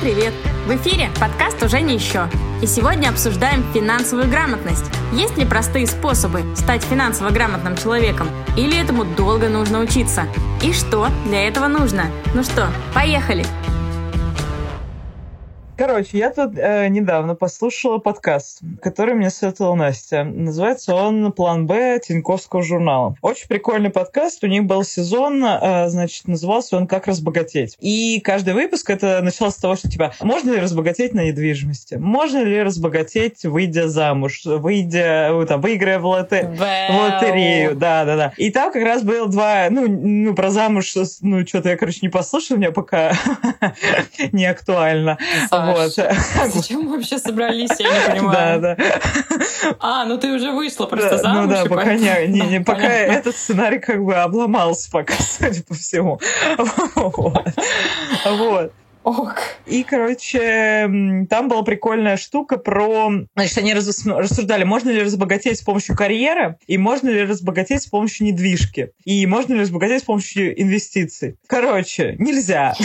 привет! В эфире подкаст «Уже не еще». И сегодня обсуждаем финансовую грамотность. Есть ли простые способы стать финансово грамотным человеком? Или этому долго нужно учиться? И что для этого нужно? Ну что, поехали! Короче, я тут недавно послушала подкаст, который мне советовала Настя. Называется он «План Б» Тиньковского журнала. Очень прикольный подкаст. У них был сезон, назывался он «Как разбогатеть». И каждый выпуск это началось с того, что типа, можно ли разбогатеть на недвижимости? Можно ли разбогатеть, выйдя замуж? Выиграя в лотерею. Да. И там как раз было два, про замуж, что-то я, не послушала, у меня пока не актуально. Вот. Зачем мы вообще собрались, я не понимаю. Да. Ты уже вышла просто замуж. Пока этот сценарий обломался пока, судя по всему. Вот. Ок. И, там была прикольная штука про... Значит, они рассуждали, можно ли разбогатеть с помощью карьеры, и можно ли разбогатеть с помощью недвижки, и можно ли разбогатеть с помощью инвестиций. Нельзя.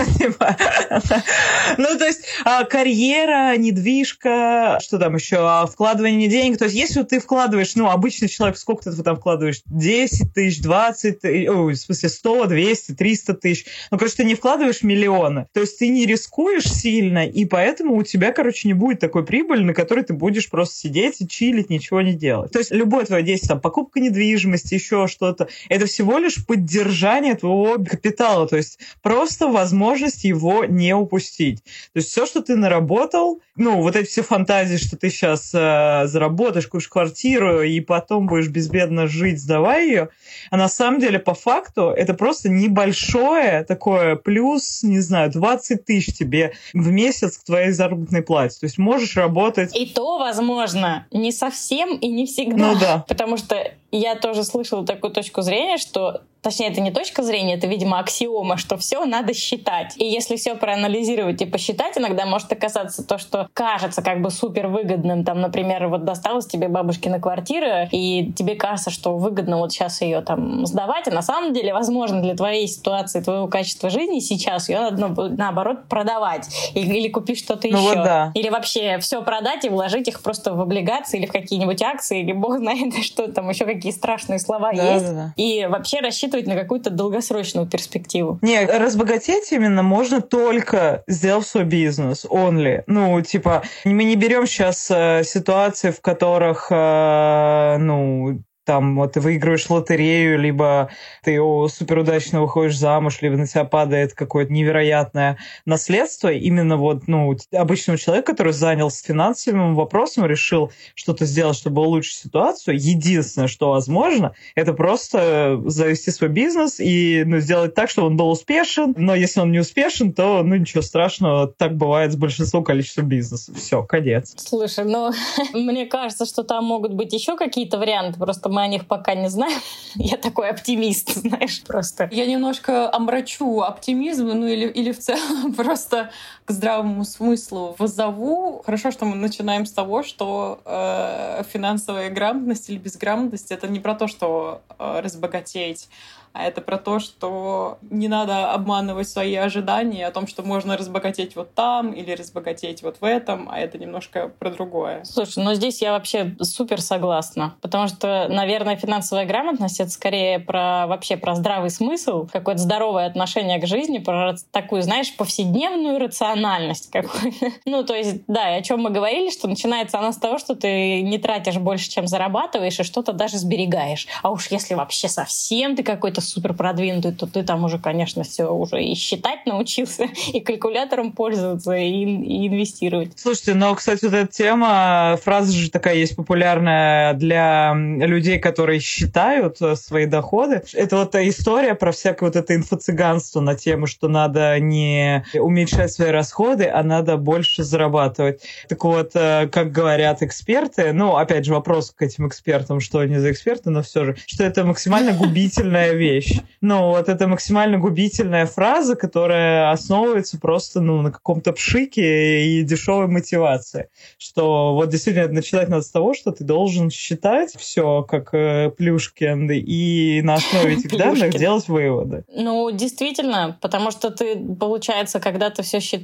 То есть карьера, недвижка, что там еще, вкладывание денег. То есть если ты вкладываешь, обычный человек, сколько ты там вкладываешь? 10 тысяч, 20, 100, 200, 300 тысяч. Ты не вкладываешь миллионы. То есть ты не рискуешь сильно, и поэтому у тебя, не будет такой прибыли, на которой ты будешь просто сидеть и чилить, ничего не делать. То есть любое твое действие, покупка недвижимости, еще что-то, это всего лишь поддержание твоего капитала, то есть просто возможность его не упустить. То есть все, что ты наработал, эти все фантазии, что ты сейчас заработаешь, купишь квартиру, и потом будешь безбедно жить, сдавая ее, а на самом деле, по факту, это просто небольшое такое плюс, 20 тысяч тебе в месяц к твоей заработной плате. То есть можешь работать... И то, возможно, не совсем и не всегда. Да. Потому что я тоже слышала такую точку зрения, что... Точнее, это не точка зрения, это, видимо, аксиома, что все надо считать. И если все проанализировать и посчитать, иногда может оказаться то, что кажется супер выгодным. Там, например, досталась тебе бабушкина квартира, и тебе кажется, что выгодно сейчас ее сдавать, а на самом деле, возможно, для твоей ситуации, твоего качества жизни сейчас ее надо, наоборот, продавать. Или купить что-то еще. Да. Или вообще все продать и вложить их просто в облигации или в какие-нибудь акции, или бог знает, что там еще какие страшные слова есть. Да. И вообще рассчитывать на какую-то долгосрочную перспективу. Не, разбогатеть именно можно только сделав свой бизнес, only. Мы не берем сейчас ситуации, в которых, ты выигрываешь лотерею, либо ты суперудачно выходишь замуж, либо на тебя падает какое-то невероятное наследство. Именно обычному человеку, который занялся финансовым вопросом, решил что-то сделать, чтобы улучшить ситуацию, единственное, что возможно, это просто завести свой бизнес и сделать так, чтобы он был успешен. Но если он не успешен, то ничего страшного, так бывает с большинством количества бизнесов. Все, конец. Слушай, мне кажется, что там могут быть еще какие-то варианты, просто мы о них пока не знаем. Я такой оптимист, знаешь, просто. Я немножко омрачу оптимизм, или в целом просто к здравому смыслу воззову. Хорошо, что мы начинаем с того, что финансовая грамотность или безграмотность — это не про то, что разбогатеть, а это про то, что не надо обманывать свои ожидания о том, что можно разбогатеть вот там или разбогатеть вот в этом, а это немножко про другое. Слушай, здесь я вообще супер согласна, потому что, наверное, финансовая грамотность — это скорее про здравый смысл, какое-то здоровое отношение к жизни, про такую, повседневную рациональность какую-то. То есть, да, и о чем мы говорили, что начинается она с того, что ты не тратишь больше, чем зарабатываешь, и что-то даже сберегаешь. А уж если вообще совсем ты какой-то супер продвинутый, то ты там уже, конечно, все уже и считать научился, и калькулятором пользоваться, и инвестировать. Слушайте, кстати, эта тема, фраза же такая есть популярная для людей, которые считают свои доходы. Это история про всякое это инфо-цыганство на тему, что надо не уменьшать свои расходы, а надо больше зарабатывать. Так как говорят эксперты, опять же, вопрос к этим экспертам, что они за эксперты, но все же, что это максимально губительная вещь. Это максимально губительная фраза, которая основывается просто на каком-то пшике и дешевой мотивации. Что действительно начинать надо с того, что ты должен считать все как Плюшкин и на основе этих данных делать выводы. Действительно, потому что ты, получается, когда ты все считаешь,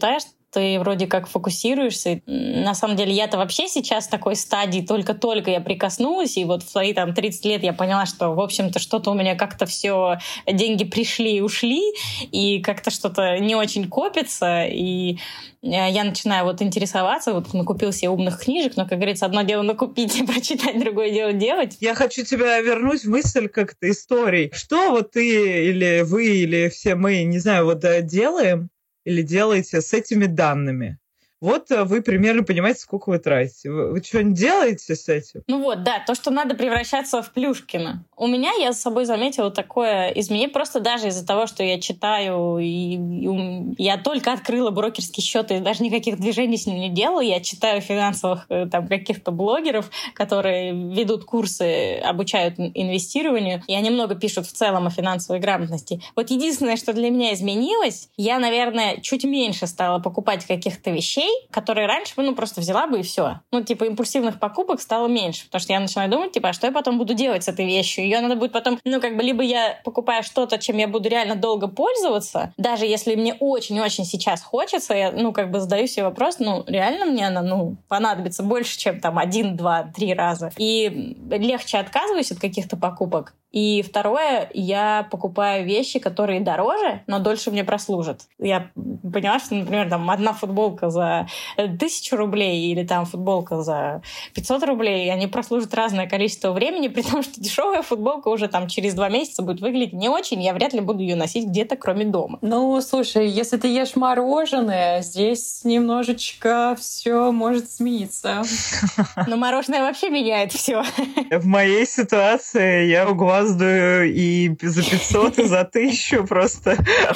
ты вроде как фокусируешься. На самом деле я-то вообще сейчас в такой стадии, только-только я прикоснулась, и вот в свои 30 лет я поняла, что, в общем-то, что-то у меня как-то все, деньги пришли и ушли, и как-то что-то не очень копится, и я начинаю интересоваться, накупил себе умных книжек, но, как говорится, одно дело накупить и прочитать, другое дело делать. Я хочу тебя вернуть в мысль как-то историй. Что ты или вы, или все мы, не знаю, делаем или делаете с этими данными? Вы примерно понимаете, сколько вы тратите. Вы что-нибудь делаете с этим? То, что надо превращаться в Плюшкина. У меня, я с собой заметила такое изменение, просто даже из-за того, что я читаю, и я только открыла брокерский счет, и даже никаких движений с ним не делала. Я читаю финансовых каких-то блогеров, которые ведут курсы, обучают инвестированию, и они много пишут в целом о финансовой грамотности. Единственное, что для меня изменилось, я, наверное, чуть меньше стала покупать каких-то вещей, которые раньше просто взяла бы и все. Импульсивных покупок стало меньше, потому что я начинаю думать, а что я потом буду делать с этой вещью? Ее надо будет потом, либо я покупаю что-то, чем я буду реально долго пользоваться, даже если мне очень-очень сейчас хочется, я, задаю себе вопрос, реально мне она, понадобится больше, чем 1, 2, 3 раза. И легче отказываюсь от каких-то покупок. И второе, я покупаю вещи, которые дороже, но дольше мне прослужат. Я поняла, что, например, одна футболка за 1000 рублей или футболка за 500 рублей, они прослужат разное количество времени, при том, что дешевая футболка уже через 2 месяца будет выглядеть не очень, я вряд ли буду ее носить где-то, кроме дома. Слушай, если ты ешь мороженое, здесь немножечко все может смениться. Но мороженое вообще меняет все. В моей ситуации я угваздаю и за 500, и за 1000 просто.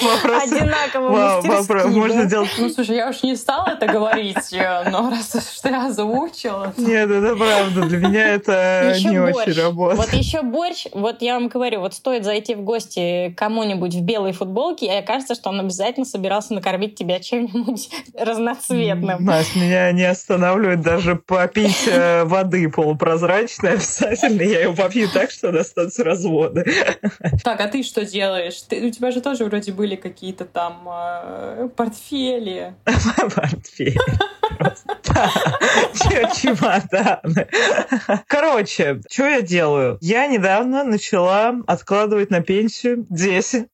Одинаково мастерски. Можно делать... Слушай, я уж не стала это говорить, но раз уж ты озвучила... Нет, это правда. Для меня это не очень работает. Еще борщ, я вам говорю, стоит зайти в гости к кому-нибудь в белой футболке, и кажется, что он обязательно собирался накормить тебя чем-нибудь разноцветным. Настя, меня не останавливает даже попить воды полупрозрачной обязательно. Я ее попью так, что достанутся разводы. Так, а ты что делаешь? У тебя же тоже вроде были какие-то портфели. Портфели. Чемоданы. Короче, что я делаю? Я недавно начала откладывать на пенсию 10%.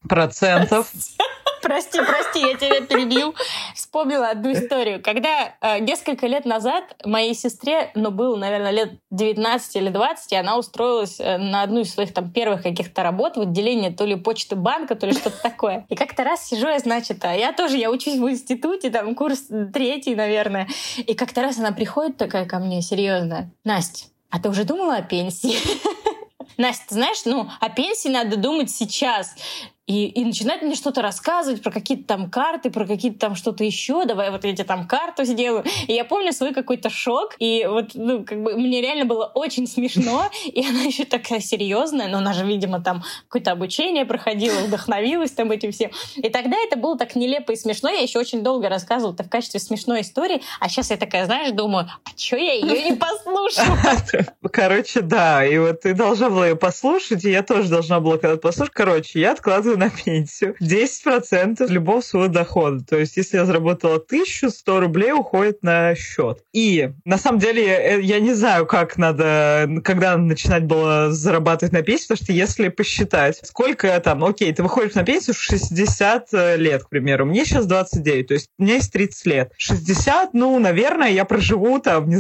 Прости, я тебя перебью. Вспомнила одну историю. Когда несколько лет назад моей сестре, было, наверное, лет 19 или 20, и она устроилась на одну из своих первых каких-то работ в отделении то ли почты банка, то ли что-то такое. И как-то раз сижу я, я учусь в институте, курс 3, наверное. И как-то раз она приходит такая ко мне, серьезно: Настя, а ты уже думала о пенсии? Настя, ты знаешь, о пенсии надо думать сейчас. И начинает мне что-то рассказывать про какие-то карты, про какие-то что-то еще. Давай я тебе карту сделаю. И я помню свой какой-то шок. И мне реально было очень смешно. И она еще такая серьезная, но она же, видимо, какое-то обучение проходила, вдохновилась этим всем. И тогда это было так нелепо и смешно. Я еще очень долго рассказывала это в качестве смешной истории. А сейчас я такая, думаю, а что я ее не послушала? Короче, да. И ты должна была ее послушать, и я тоже должна была когда-то послушать. Короче, я откладываю на пенсию 10% любого своего дохода. То есть, если я заработала 1100 рублей, уходит на счет. И на самом деле я не знаю, когда начинать было зарабатывать на пенсию, потому что если посчитать, сколько ты выходишь на пенсию в 60 лет, к примеру. Мне сейчас 29, то есть у меня есть 30 лет. 60, наверное, я проживу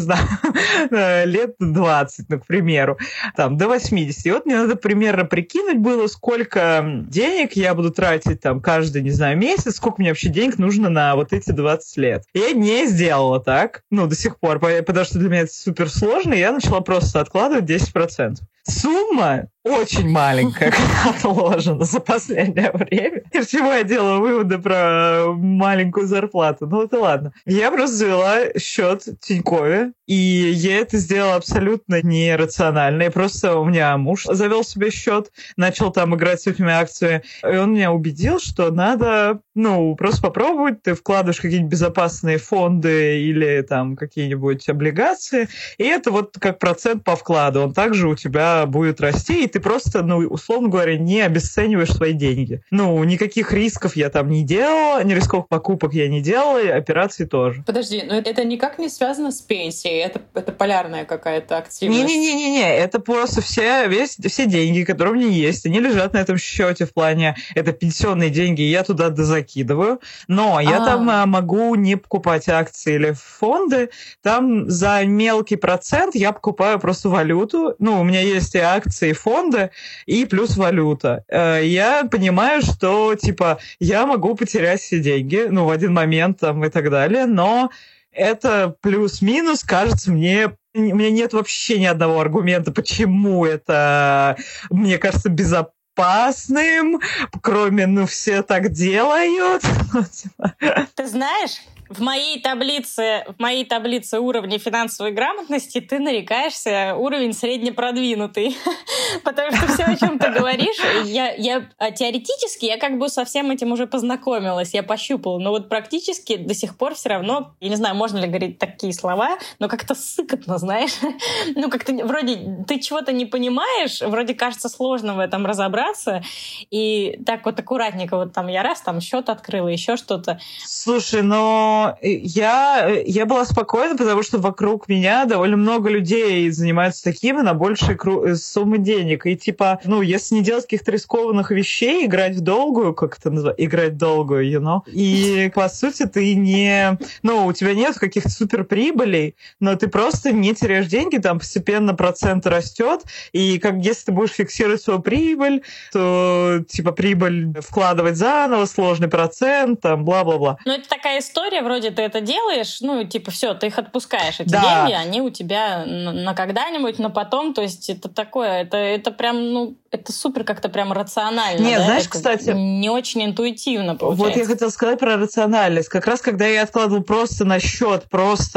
лет 20, к примеру, до 80. И мне надо примерно прикинуть было, сколько денег я буду тратить каждый, месяц, сколько мне вообще денег нужно на эти 20 лет. Я не сделала так, до сих пор, потому что для меня это супер сложно, и я начала просто откладывать 10%. Сумма очень маленькая, отложена за последнее время. И почему я делаю выводы про маленькую зарплату? Это ладно. Я просто завела счет в Тинькове, и я это сделала абсолютно нерационально. У меня муж завел себе счет, начал играть с этими акциями, и он меня убедил, что надо, просто попробовать. Ты вкладываешь какие-нибудь безопасные фонды или какие-нибудь облигации, и это как процент по вкладу. Он также у тебя всегда будет расти, и ты просто, условно говоря, не обесцениваешь свои деньги. Никаких рисков я там не делала, ни рисковых покупок я не делала, и операций тоже. Подожди, но это никак не связано с пенсией, это полярная какая-то активность. Не-не-не, это просто все деньги, которые у меня есть, они лежат на этом счете в плане, это пенсионные деньги, я туда дозакидываю, но я там могу не покупать акции или фонды, там за мелкий процент я покупаю просто валюту, у меня есть и акции, и фонды, и плюс валюта. Я понимаю, что, я могу потерять все деньги, в один момент там и так далее, но это плюс-минус, кажется, мне... У меня нет вообще ни одного аргумента, почему это, мне кажется, безопасным, кроме, все так делают. Ты знаешь, в моей таблице уровней финансовой грамотности ты нарекаешься уровень среднепродвинутый. Потому что все, о чем ты говоришь, теоретически я как бы со всем этим уже познакомилась, я пощупала, но вот практически до сих пор все равно, я не знаю, можно ли говорить такие слова, но как-то сыкотно, знаешь. Как-то вроде ты чего-то не понимаешь, вроде кажется сложно в этом разобраться, и так вот аккуратненько вот там я счет открыла, еще что-то. Слушай, но я была спокойна, потому что вокруг меня довольно много людей занимаются такими на большие суммы денег. И если не делать каких-то рискованных вещей, играть в долгую, как это называется, играть в долгую, и, по сути, ты не... у тебя нет каких-то суперприбылей, но ты просто не теряешь деньги, там постепенно процент растет, и если ты будешь фиксировать свою прибыль, то, прибыль вкладывать заново, сложный процент, там, бла-бла-бла. Это такая история, вроде ты это делаешь, все, ты их отпускаешь, эти деньги, они у тебя на когда-нибудь, но потом, то есть это такое, это прям, это супер как-то прям рационально. Нет, да? знаешь, это кстати... не очень интуитивно получается. Вот я хотела сказать про рациональность. Как раз, когда я откладывал просто на счет,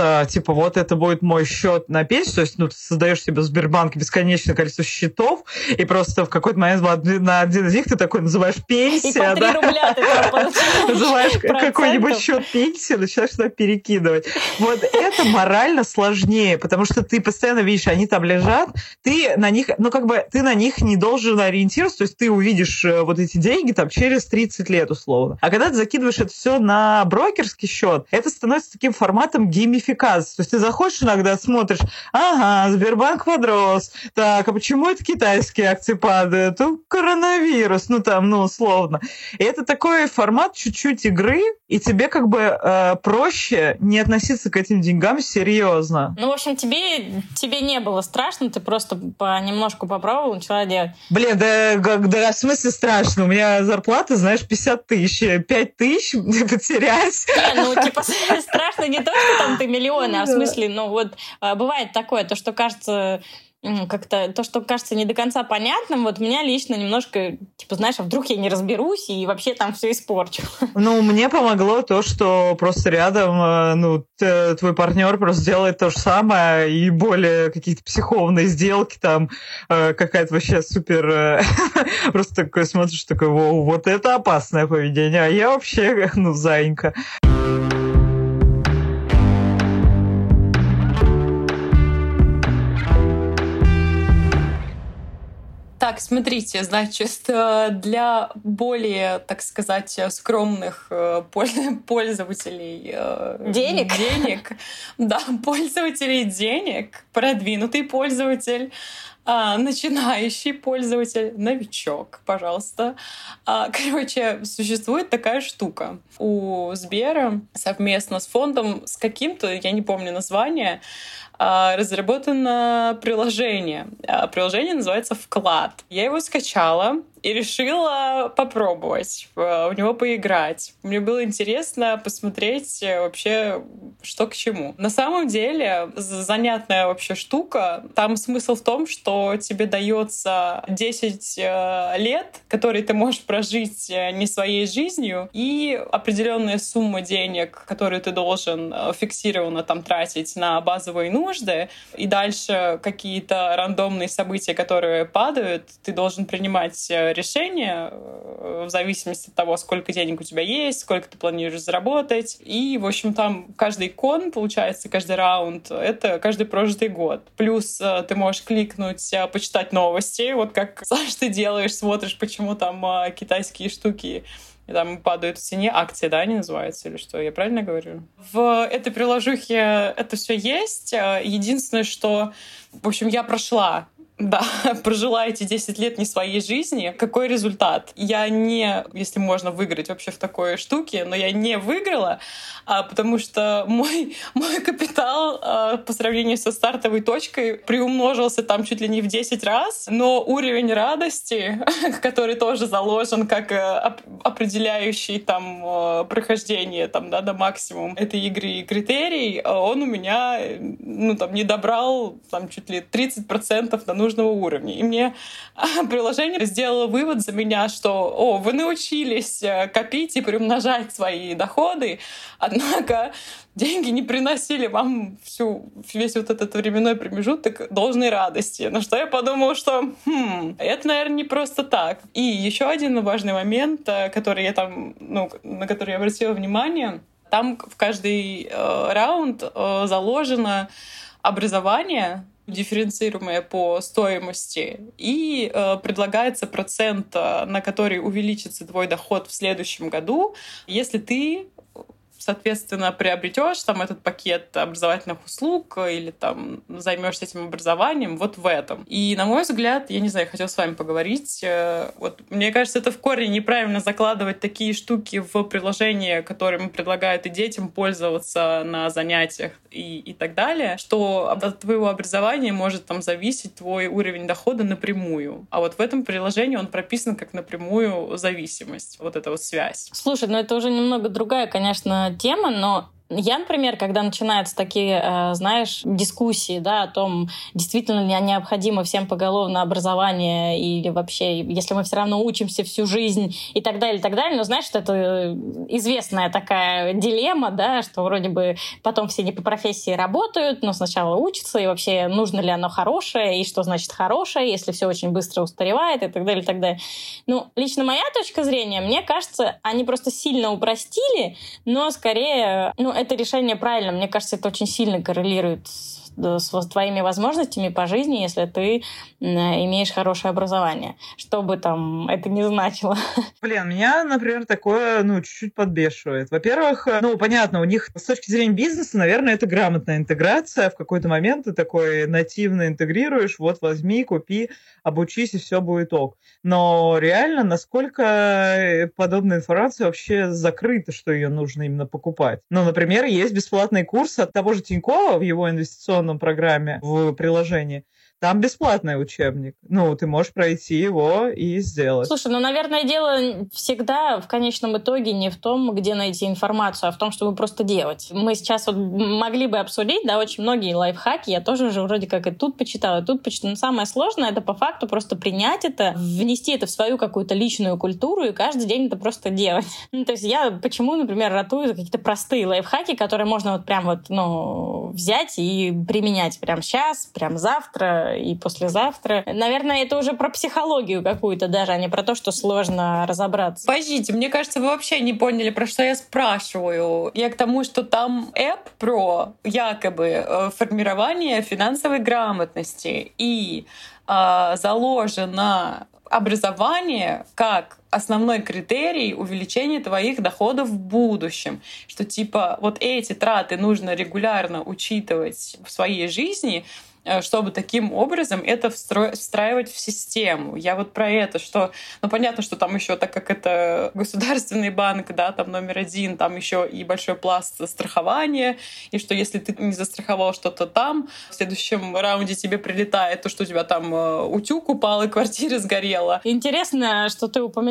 вот это будет мой счет на пенсию, то есть, ты создаешь себе в Сбербанке бесконечное количество счетов, и просто в какой-то момент на один из них ты такой называешь пенсия, и по 3 рубля ты там получаешь. Называешь какой-нибудь счет пенсии, начинаешь туда перекидывать. Вот это морально сложнее, потому что ты постоянно видишь, они там лежат, ты на них, ты на них не должен ориентироваться, то есть ты увидишь вот эти деньги там через 30 лет условно. А когда ты закидываешь это все на брокерский счет, это становится таким форматом геймификации. То есть ты заходишь иногда, смотришь, Сбербанк подрос, так, а почему это китайские акции падают? Коронавирус, условно. И это такой формат чуть-чуть игры, и тебе проще не относиться к этим деньгам серьезно. В общем, тебе не было страшно, ты просто понемножку попробовал, начала делать. Блин, да в смысле страшно? У меня зарплата, знаешь, 50 тысяч. 5 тысяч потерять. Страшно не то, что там ты миллионы, а в смысле, бывает такое, то, что кажется... то, что кажется не до конца понятным, вот меня лично немножко, а вдруг я не разберусь и вообще там все испорчу. Мне помогло то, что просто рядом, твой партнер просто делает то же самое и более какие-то психованные сделки, там какая-то вообще супер... Просто такой смотришь, такой, вот это опасное поведение, а я вообще, заинька. Так, смотрите, значит, для более, так сказать, скромных пользователей денег, да, пользователей денег, продвинутый пользователь, начинающий пользователь, новичок, пожалуйста. Существует такая штука. У Сбера совместно с фондом, с каким-то, я не помню название, разработано приложение. Приложение называется «Вклад». Я его скачала и решила попробовать в него поиграть. Мне было интересно посмотреть вообще, что к чему. На самом деле, занятная вообще штука. Там смысл в том, что тебе дается 10 лет, которые ты можешь прожить не своей жизнью, и определенная сумма денег, которую ты должен фиксированно там тратить на базовые нужды, и дальше какие-то рандомные события, которые падают, ты должен принимать решение в зависимости от того, сколько денег у тебя есть, сколько ты планируешь заработать. И, в общем, там каждый кон, получается, каждый раунд — это каждый прожитый год. Плюс ты можешь кликнуть, почитать новости, вот как, Саш, ты делаешь, смотришь, почему там китайские штуки и там падают в цене, акции, да, они называются, или что, я правильно говорю? В этой приложухе это все есть. Единственное, что, в общем, я прошла, да, прожила эти 10 лет не своей жизни. Какой результат? Я не, если можно выиграть вообще в такой штуке, но я не выиграла, потому что мой капитал по сравнению со стартовой точкой приумножился там чуть ли не в 10 раз, но уровень радости, который тоже заложен как определяющий там прохождение там, да, до максимума этой игры и критерий, он у меня там не добрал там чуть ли 30% на нужного уровня. И мне приложение сделало вывод за меня, что вы научились копить и приумножать свои доходы, однако деньги не приносили вам весь вот этот временной промежуток должной радости. На что я подумала, что это, наверное, не просто так. И еще один важный момент, который я там, на который я обратила внимание, там в каждый раунд заложено образование, дифференцируемое по стоимости, и предлагается процент, на который увеличится твой доход в следующем году, если ты, соответственно, приобретешь там этот пакет образовательных услуг или там займешься этим образованием вот в этом. И, на мой взгляд, я не знаю, я хотела с вами поговорить. Вот мне кажется, это в корне неправильно закладывать такие штуки в приложение, которым предлагают и детям пользоваться на занятиях и так далее, что от твоего образования может там зависеть твой уровень дохода напрямую. А вот в этом приложении он прописан как напрямую зависимость, вот эта вот связь. Слушай, это уже немного другая, конечно, тема, но я, например, когда начинаются такие, знаешь, дискуссии, да, о том, действительно ли необходимо всем поголовно образование или вообще, если мы все равно учимся всю жизнь и так далее, но знаешь, что это известная такая дилемма, да, что вроде бы потом все не по профессии работают, но сначала учатся, и вообще нужно ли оно хорошее, и что значит хорошее, если все очень быстро устаревает и так далее, и так далее. Лично моя точка зрения, мне кажется, они просто сильно упростили, но скорее, это решение правильно. Мне кажется, это очень сильно коррелирует с твоими возможностями по жизни, если ты имеешь хорошее образование. Что бы там это ни значило. Меня, например, такое, чуть-чуть подбешивает. Во-первых, понятно, у них с точки зрения бизнеса, наверное, это грамотная интеграция. В какой-то момент ты такой нативно интегрируешь, вот возьми, купи, обучись, и все будет ок. Но реально, насколько подобная информация вообще закрыта, что ее нужно именно покупать? Например, есть бесплатный курс от того же Тинькова в его инвестиционном программе в приложении. Там бесплатный учебник. Ты можешь пройти его и сделать. Слушай, наверное, дело всегда в конечном итоге не в том, где найти информацию, а в том, чтобы просто делать. Мы сейчас могли бы обсудить, да, очень многие лайфхаки. Я тоже уже вроде как и тут почитала, Но самое сложное — это по факту просто принять это, внести это в свою какую-то личную культуру и каждый день это просто делать. То есть я почему, например, ратую за какие-то простые лайфхаки, которые можно взять и применять прямо сейчас, прямо завтра и послезавтра. Наверное, это уже про психологию какую-то даже, а не про то, что сложно разобраться. Подождите, мне кажется, вы вообще не поняли, про что я спрашиваю. Я к тому, что там эп про якобы формирование финансовой грамотности и заложено образование как основной критерий увеличения твоих доходов в будущем. Что вот эти траты нужно регулярно учитывать в своей жизни, чтобы таким образом это встраивать в систему. Я про это, что... понятно, что там еще, так как это государственный банк, да, там номер один, там еще и большой пласт страхования, и что если ты не застраховал что-то там, в следующем раунде тебе прилетает то, что у тебя там утюг упал и квартира сгорела. Интересно, что ты упомянул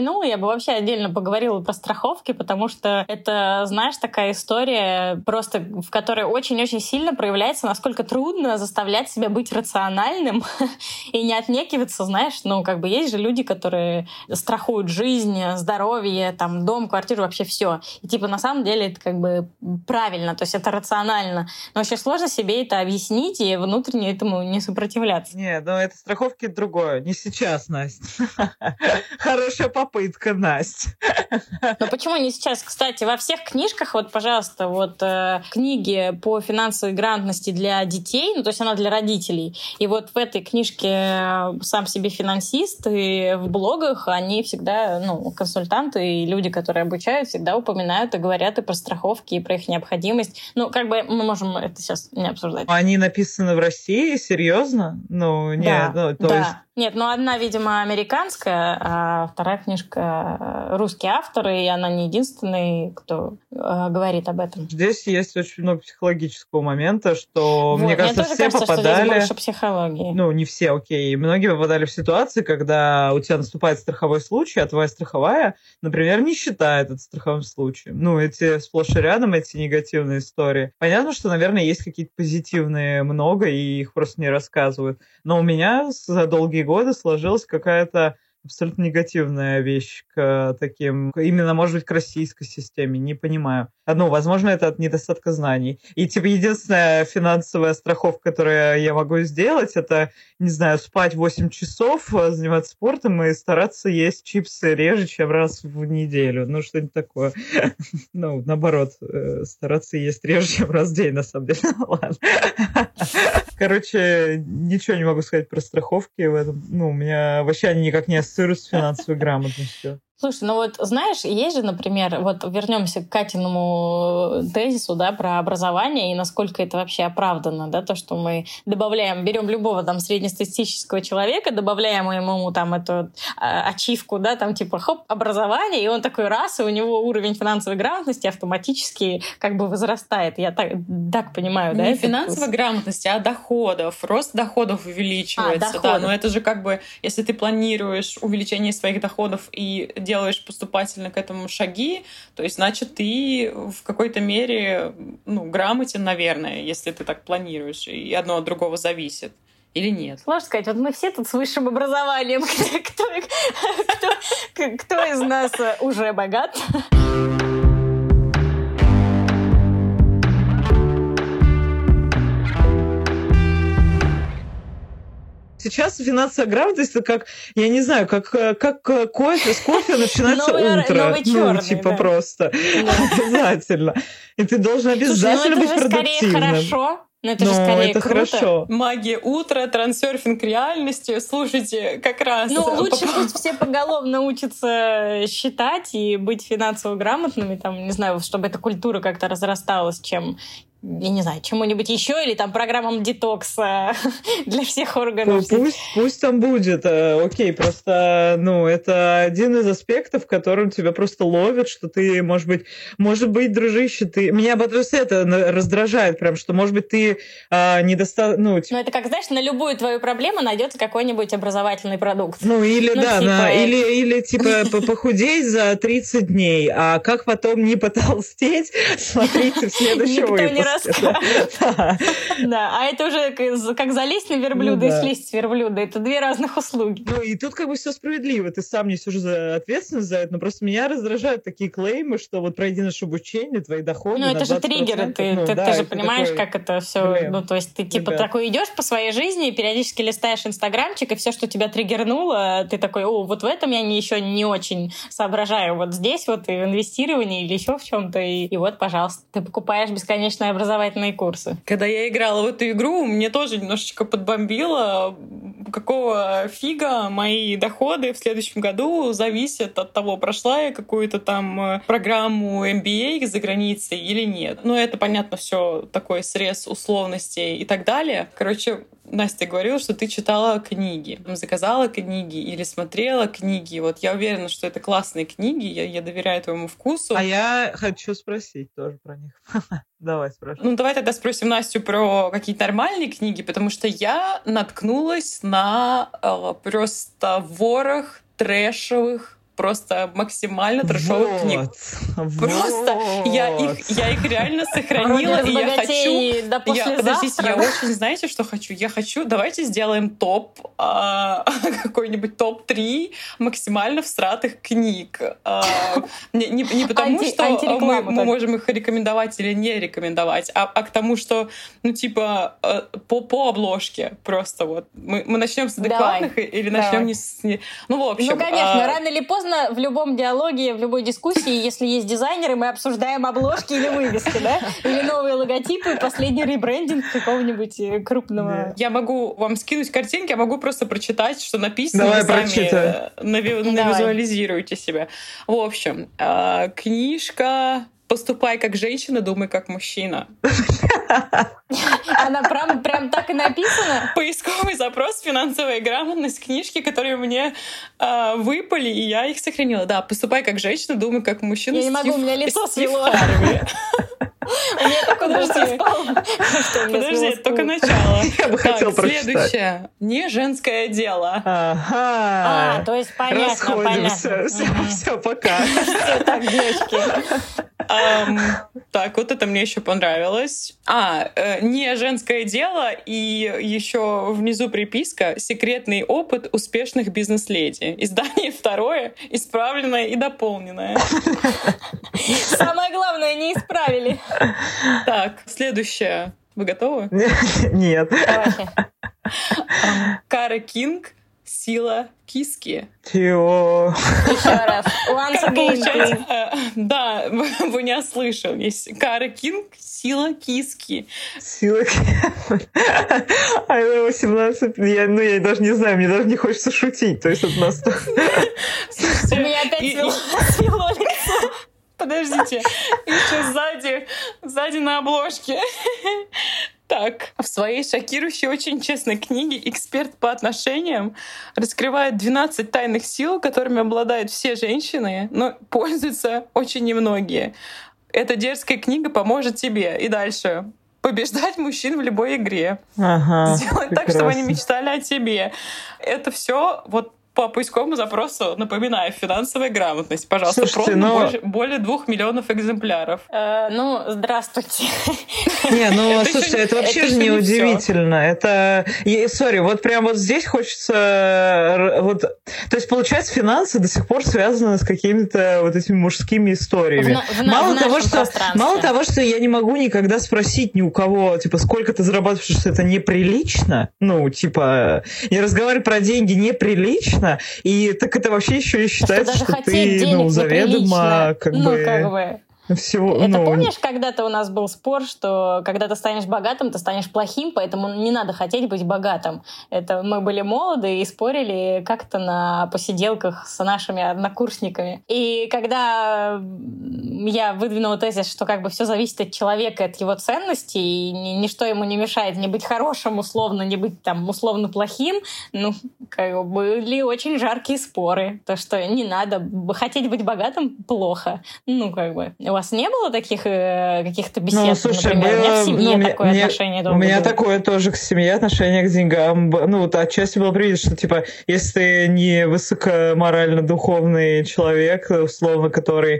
упомянула, я бы вообще отдельно поговорила про страховки, потому что это, знаешь, такая история, просто в которой очень-очень сильно проявляется, насколько трудно заставлять себя быть рациональным и не отнекиваться, знаешь, есть же люди, которые страхуют жизнь, здоровье, там, дом, квартиру, вообще все. И на самом деле это правильно, то есть это рационально. Но очень сложно себе это объяснить и внутренне этому не сопротивляться. Нет, это страховки другое. Не сейчас, Настя. Хорошая попытка, Настя. Но почему не сейчас? Кстати, во всех книжках, пожалуйста, книги по финансовой грамотности для детей, то есть она для родителей. И в этой книжке «Сам себе финансист» и в блогах они всегда, консультанты и люди, которые обучают, всегда упоминают и говорят и про страховки, и про их необходимость. Мы можем это сейчас не обсуждать. Они написаны в России? Серьезно? Нет. Да. Нет, одна, видимо, американская, а вторая книжка русский автор, и она не единственный, кто говорит об этом. Здесь есть очень много психологического момента, что, мне кажется, все попадали... Что здесь больше психологии. Не все, окей. Многие попадали в ситуации, когда у тебя наступает страховой случай, а твоя страховая, например, не считает это страховым случаем. Эти сплошь и рядом, эти негативные истории. Понятно, что, наверное, есть какие-то позитивные много, и их просто не рассказывают. Но у меня за долгие годы сложилась какая-то абсолютно негативная вещь к таким, именно, может быть, к российской системе, не понимаю. Возможно, это от недостатка знаний. И, единственная финансовая страховка, которую я могу сделать, это, не знаю, спать 8 часов, заниматься спортом и стараться есть чипсы реже, чем раз в неделю. Что-нибудь такое. Наоборот, стараться есть реже, чем раз в день, на самом деле. Ладно. Короче, ничего не могу сказать про страховки в этом. У меня вообще они никак не ассоциируются с финансовой грамотностью. Слушай, знаешь, есть же, например, вернемся к Катиному тезису, про образование и насколько это вообще оправдано, то, что мы берем любого среднестатистического человека, добавляем ему эту ачивку, хоп, образование, и он такой раз, и у него уровень финансовой грамотности автоматически возрастает. Я так понимаю, Не финансовой грамотности, а доходов. Рост доходов увеличивается. Доходов. Но это же если ты планируешь увеличение своих доходов и делаешь поступательно к этому шаги, то есть, значит, ты в какой-то мере грамотен, наверное, если ты так планируешь, и одно от другого зависит. Или нет? Сложно сказать, мы все тут с высшим образованием. Кто из нас уже богат? Сейчас финансовая грамотность, это как, я не знаю, как кофе, с кофе начинается утро. Просто. Обязательно. И ты должен обязательно быть продуктивным. Это хорошо. Это же скорее это круто. Хорошо. Магия утра, трансерфинг реальности. Слушайте, как раз... лучше пусть все поголовно учатся считать и быть финансово грамотными, не знаю, чтобы эта культура как-то разрасталась, чем... Я не знаю, чему-нибудь еще или программам детокса для всех органов. Пусть там будет. Окей, просто, это один из аспектов, которым тебя просто ловят, что ты, может быть, дружище, ты... Меня просто это раздражает прям, что, может быть, ты недостаточно... это как, знаешь, на любую твою проблему найдется какой-нибудь образовательный продукт. Или похудей за 30 дней, а как потом не потолстеть, смотрите в следующем выпуске. Да, а это уже как залезть на верблюда и слезть с верблюда. Это две разных услуги. И тут все справедливо. Ты сам несешь ответственность за это, но просто меня раздражают такие клеймы, что пройди наше обучение, твои доходы на 20%. Это же триггеры. Ты же понимаешь, как это все. То есть ты такой идешь по своей жизни и периодически листаешь инстаграмчик, и все, что тебя триггернуло, ты такой, в этом я еще не очень соображаю. Здесь и в инвестировании или еще в чем-то. И пожалуйста, ты покупаешь бесконечное образовательные курсы. Когда я играла в эту игру, мне тоже немножечко подбомбило, какого фига мои доходы в следующем году зависят от того, прошла я какую-то программу MBA за границей или нет. Это, понятно, все такой срез условностей и так далее. Настя говорила, что ты читала книги, заказала книги или смотрела книги. Я уверена, что это классные книги, я доверяю твоему вкусу. А я хочу спросить тоже про них. Давай спрашивай. Давай тогда спросим Настю про какие-то нормальные книги, потому что я наткнулась на просто ворох трэшевых просто максимально трэшовых книг. Просто я их реально сохранила, и я хочу... Подождите, я очень, знаете, что хочу? Я хочу, давайте сделаем топ, какой-нибудь топ-3 максимально всратых книг. Не потому, что мы можем их рекомендовать или не рекомендовать, а к тому, что, ну, типа, по обложке просто вот. Мы начнем с адекватных или начнем не с... Ну, в общем... Ну, конечно, рано или поздно в любом диалоге, в любой дискуссии, если есть дизайнеры, мы обсуждаем обложки или вывески, да? Или новые логотипы, последний ребрендинг какого-нибудь крупного. Я могу вам скинуть картинки, я могу просто прочитать, что написано. Давай, вы сами прочитай. навизуализируйте себя. В общем, книжка «Поступай как женщина, думай как мужчина». Она прям так и написана? Поисковый запрос «Финансовая грамотность», книжки, которые мне выпали, и я их сохранила. Да, «Поступай как женщина, думай как мужчина». Я не могу, у меня лицо свело. У меня такой Подожди, это только начало. Я бы хотела прочитать. Следующее. Не женское дело. Ага. То есть понятно. Расходимся. Все, пока. Так, девочки. Так, вот это мне еще понравилось. Не женское дело, и еще внизу приписка «Секретный опыт успешных бизнес-леди». Издание второе, исправленное и дополненное. Самое главное, не исправили. Так, следующее. Вы готовы? Нет. Давайте. Кара Кинг «Сила киски». Чего? Еще раз. Once Как again, получать? please. Да, вы не ослышались. Кара Кинг «Сила киски». Сила. А это 18. Я даже не знаю, мне даже не хочется шутить. То есть это настолько... У меня опять свело лицо. Подождите, еще сзади на обложке. Так, в своей шокирующей, очень честной книге эксперт по отношениям раскрывает 12 тайных сил, которыми обладают все женщины, но пользуются очень немногие. Эта дерзкая книга поможет тебе и дальше побеждать мужчин в любой игре. Сделать так, чтобы они мечтали о тебе. Это все вот по поисковому запросу, напоминаю, «Финансовая грамотность». Пожалуйста, продано более 2 миллионов экземпляров. Здравствуйте. Не, слушай, это вообще же неудивительно. Это, вот прям вот здесь хочется... Вот, то есть, получается, финансы до сих пор связаны с какими-то вот этими мужскими историями. Мало того, что я не могу никогда спросить ни у кого, типа, сколько ты зарабатываешь, что это неприлично. Ну, типа, не разговаривать про деньги неприлично. И так это вообще еще и считается, что ты, заведомо как бы... Всего, это помнишь, когда-то у нас был спор, что когда ты станешь богатым, ты станешь плохим, поэтому не надо хотеть быть богатым. Это мы были молоды и спорили как-то на посиделках с нашими однокурсниками. И когда я выдвинула тезис, что как бы все зависит от человека, от его ценностей, и ничто ему не мешает не быть хорошим условно, не быть там условно плохим, были очень жаркие споры. То, что не надо хотеть быть богатым плохо. У вас не было таких каких-то бесед, слушай, например? У меня в семье такое отношение долго было. У меня было. такое тоже к семье отношение к деньгам. Отчасти было принято, что, типа, если ты не высокоморально-духовный человек, условно, который...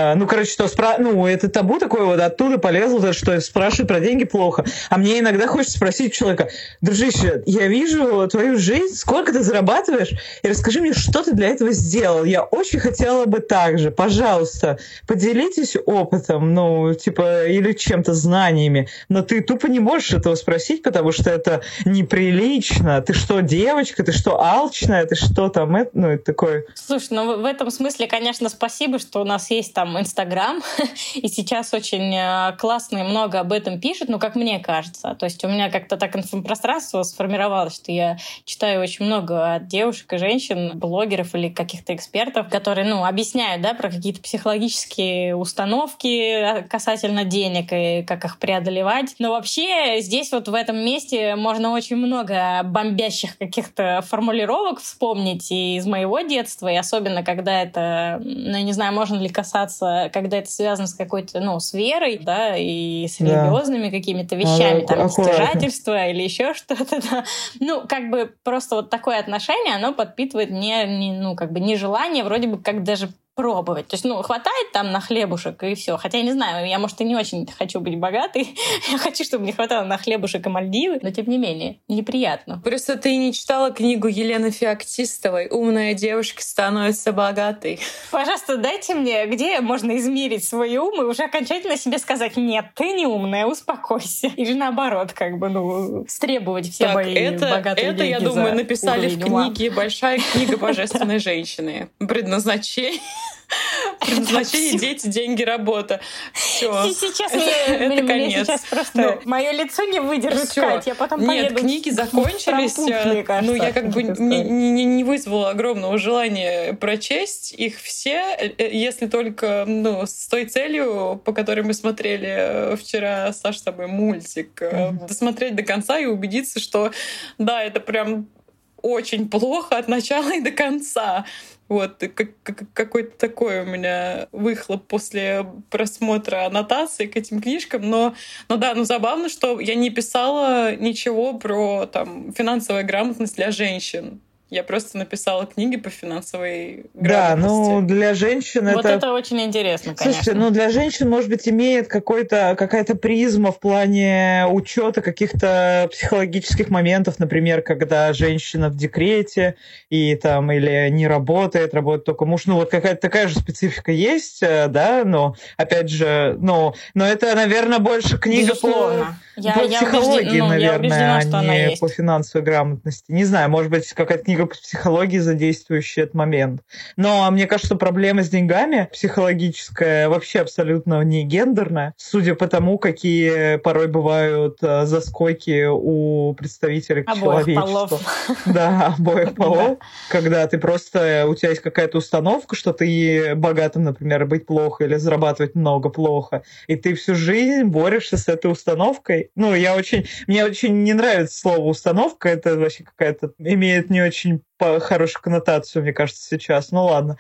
это табу такое вот оттуда полезло, что спрашивать про деньги плохо. А мне иногда хочется спросить человека: дружище, я вижу твою жизнь, сколько ты зарабатываешь, и расскажи мне, что ты для этого сделал. Я очень хотела бы так же. Пожалуйста, поделитесь опытом, или чем-то, знаниями, но ты тупо не можешь этого спросить, потому что это неприлично. Ты что, девочка? Ты что, алчная? Ты что там? Это такое... Слушай, в этом смысле, конечно, спасибо, что у нас есть там Инстаграм, и сейчас очень классно и много об этом пишут, как мне кажется. То есть у меня как-то так инфопространство сформировалось, что я читаю очень много от девушек и женщин, блогеров или каких-то экспертов, которые, объясняют, про какие-то психологические установки, установки касательно денег и как их преодолевать. Но вообще здесь вот в этом месте можно очень много бомбящих каких-то формулировок вспомнить и из моего детства, и особенно когда это, ну, я не знаю, можно ли касаться, когда это связано с какой-то, ну, с верой, да, и с религиозными какими-то вещами, там, стяжательство или еще что-то, да. Ну, как бы просто вот такое отношение, оно подпитывает не желание вроде бы как даже пробовать. То есть, ну, хватает там на хлебушек и все. Хотя я не знаю, я, может, и не очень хочу быть богатой. Я хочу, чтобы мне хватало на хлебушек и Мальдивы. Но, тем не менее, неприятно. Просто ты не читала книгу Елены Феоктистовой «Умная девушка становится богатой». Пожалуйста, дайте мне, где можно измерить свой ум и уже окончательно себе сказать: нет, ты не умная, успокойся. Или наоборот, как бы, ну, стребовать все так, мои богатые деньги. Это, я думаю, написали в книге «Большая книга божественной женщины». Предназначение. Дети, деньги, работа. Все. Сейчас мне сейчас просто мое лицо не выдержит, Кать. Я потом поеду. Нет, книги закончились. Ну, я как бы не вызвала огромного желания прочесть их все, если только, ну, с той целью, по которой мы смотрели вчера, Саш, с тобой мультик, досмотреть до конца и убедиться, что да, это прям очень плохо от начала и до конца. Вот, какой-то такой у меня выхлоп после просмотра аннотаций к этим книжкам. Но забавно, что я не писала ничего про там финансовую грамотность для женщин. Я просто написала книги по финансовой грамотности. Да, ну для женщин вот это очень интересно, конечно. Слушайте, ну для женщин, может быть, имеет какая-то призма в плане учета каких-то психологических моментов, например, когда женщина в декрете и там или не работает только муж. Ну вот какая-то такая же специфика есть, да, но опять же, но это, наверное, больше книга по психологии, наверное, а не по финансовой грамотности. Не знаю, может быть, какая-то книга по психологии, задействующая этот момент. Но мне кажется, что проблема с деньгами психологическая вообще абсолютно не гендерная, судя по тому, какие порой бывают заскоки у представителей человечества. Да, обоих полов. Когда ты просто, у тебя есть какая-то установка, что ты богатым, например, быть плохо или зарабатывать много плохо, и ты всю жизнь борешься с этой установкой. Ну, мне очень не нравится слово установка, это вообще какая-то имеет не очень хорошую коннотацию, мне кажется, сейчас. Ну ладно.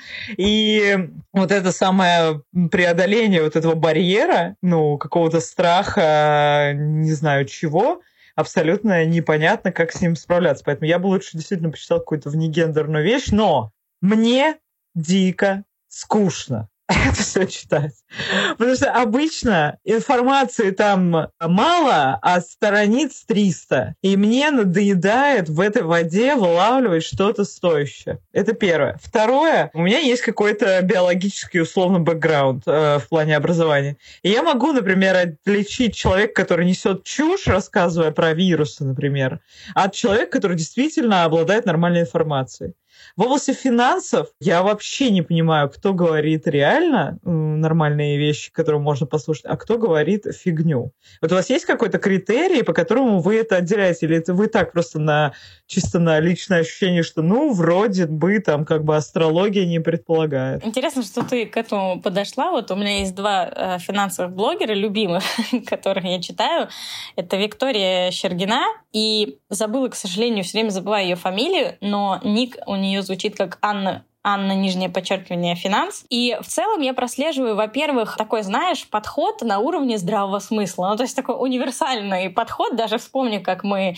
И вот это самое преодоление вот этого барьера, ну, какого-то страха, не знаю чего, абсолютно непонятно, как с ним справляться. Поэтому я бы лучше действительно почитал какую-то внегендерную вещь, но мне дико скучно это все читать. Потому что обычно информации там мало, а страниц 300. И мне надоедает в этой воде вылавливать что-то стоящее. Это первое. Второе, у меня есть какой-то биологический условно бэкграунд в плане образования. И я могу, например, отличить человека, который несет чушь, рассказывая про вирусы, например, от человека, который действительно обладает нормальной информацией. В области финансов я вообще не понимаю, кто говорит реально нормальные вещи, которые можно послушать, а кто говорит фигню. Вот у вас есть какой-то критерий, по которому вы это отделяете? Или это вы так просто чисто на личное ощущение, что вроде бы там как бы астрология не предполагает? Интересно, что ты к этому подошла. Вот у меня есть два финансовых блогера любимых, которых я читаю. Это Виктория Щергина и забыла, к сожалению, все время забываю ее фамилию, но ник у нее звучит как Анна, нижнее подчеркивание, финанс. И в целом я прослеживаю, во-первых, такой, знаешь, подход на уровне здравого смысла. Ну, то есть такой универсальный подход. Даже вспомни, как мы,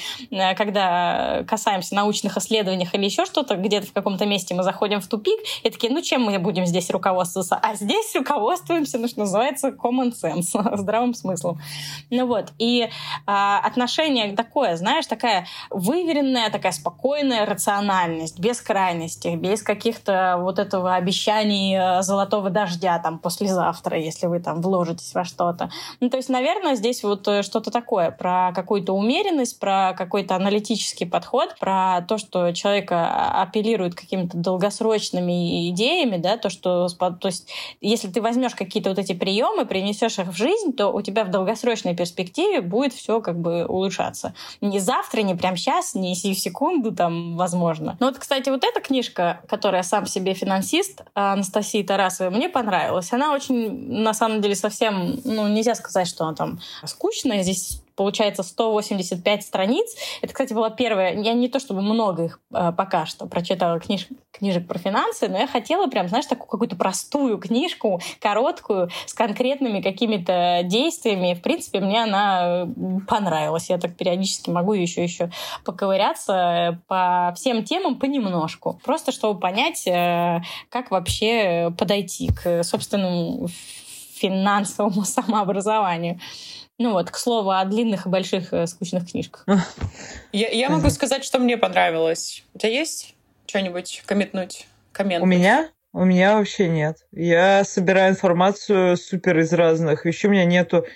когда касаемся научных исследований или еще что-то, где-то в каком-то месте мы заходим в тупик и такие, чем мы будем здесь руководствоваться? А здесь руководствуемся, что называется, common sense, здравым смыслом. Ну вот. И отношение такое, знаешь, такая выверенная, такая спокойная рациональность, без крайностей, без каких-то вот этого обещаний золотого дождя там послезавтра, если вы там вложитесь во что-то. Ну, то есть, наверное, здесь вот что-то такое про какую-то умеренность, про какой-то аналитический подход, про то, что человек апеллирует какими-то долгосрочными идеями, да, то есть, если ты возьмешь какие-то вот эти приемы, принесешь их в жизнь, то у тебя в долгосрочной перспективе будет все как бы улучшаться. Не завтра, не прямо сейчас, не сию секунду там, возможно. Но вот, кстати, вот эта книжка, которую я сам сам себе финансист Анастасии Тарасовой мне понравилась. Она очень, на самом деле, совсем, нельзя сказать, что она там скучная. Здесь получается 185 страниц. Это, кстати, была первая... Я не то чтобы много их пока что прочитала книжек про финансы, но я хотела прям, знаешь, такую какую-то простую книжку, короткую, с конкретными какими-то действиями. В принципе, мне она понравилась. Я так периодически могу еще поковыряться по всем темам понемножку. Просто чтобы понять, как вообще подойти к собственному финансовому самообразованию. К слову о длинных и больших скучных книжках. Я могу сказать, что мне понравилось. У тебя есть что-нибудь комментнуть? У меня вообще нет. Я собираю информацию супер из разных вещей. У меня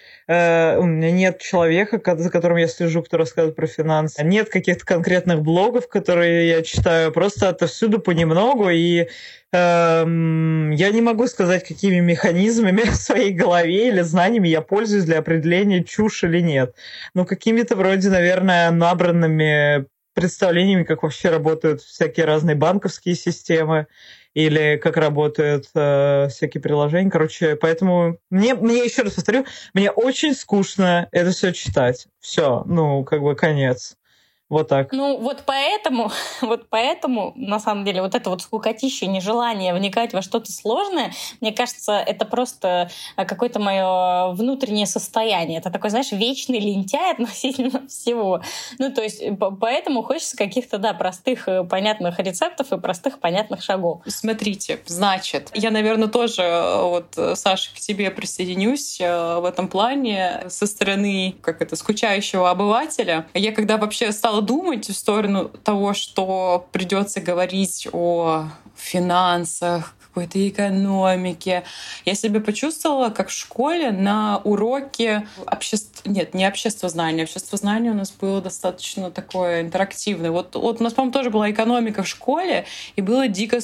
нет человека, за которым я слежу, кто рассказывает про финансы. Нет каких-то конкретных блогов, которые я читаю. Просто отовсюду понемногу. И я не могу сказать, какими механизмами в своей голове или знаниями я пользуюсь для определения, чушь или нет. Какими-то вроде, наверное, набранными представлениями, как вообще работают всякие разные банковские системы или как работают всякие приложения. Короче, поэтому мне еще раз повторю, мне очень скучно это все читать. Все, конец. Вот так. Поэтому, на самом деле, вот это вот скукотища, нежелание вникать во что-то сложное, мне кажется, это просто какое-то мое внутреннее состояние. Это такой, знаешь, вечный лентяй относительно всего. То есть, поэтому хочется каких-то, простых, понятных рецептов и простых, понятных шагов. Смотрите, значит, я, наверное, тоже, Саша, к тебе присоединюсь в этом плане со стороны, скучающего обывателя. Я когда вообще стала думать в сторону того, что придется говорить о финансах, какой-то экономике. Я себя почувствовала, как в школе на уроке не обществознания. Обществознание у нас было достаточно такое интерактивное. Вот у нас, по-моему, тоже была экономика в школе, и было дико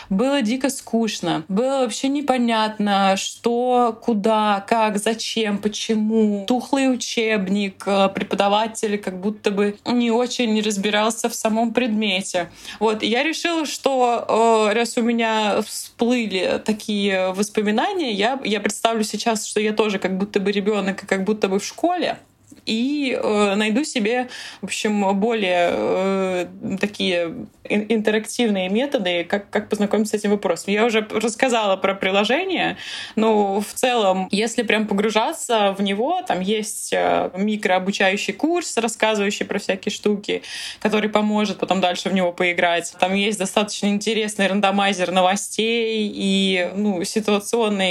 скучно. Было вообще непонятно, что, куда, как, зачем, почему. Тухлый учебник, преподаватель как будто бы не очень разбирался в самом предмете. И я решила, что раз у меня всплыли такие воспоминания, я представлю сейчас, что я тоже как будто бы ребенок и как будто бы в школе, и найду себе, в общем, более такие интерактивные методы, как познакомиться с этим вопросом. Я уже рассказала про приложение, но в целом, если прям погружаться в него, там есть микрообучающий курс, рассказывающий про всякие штуки, который поможет потом дальше в него поиграть. Там есть достаточно интересный рандомайзер новостей и ситуационные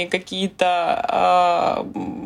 какие-то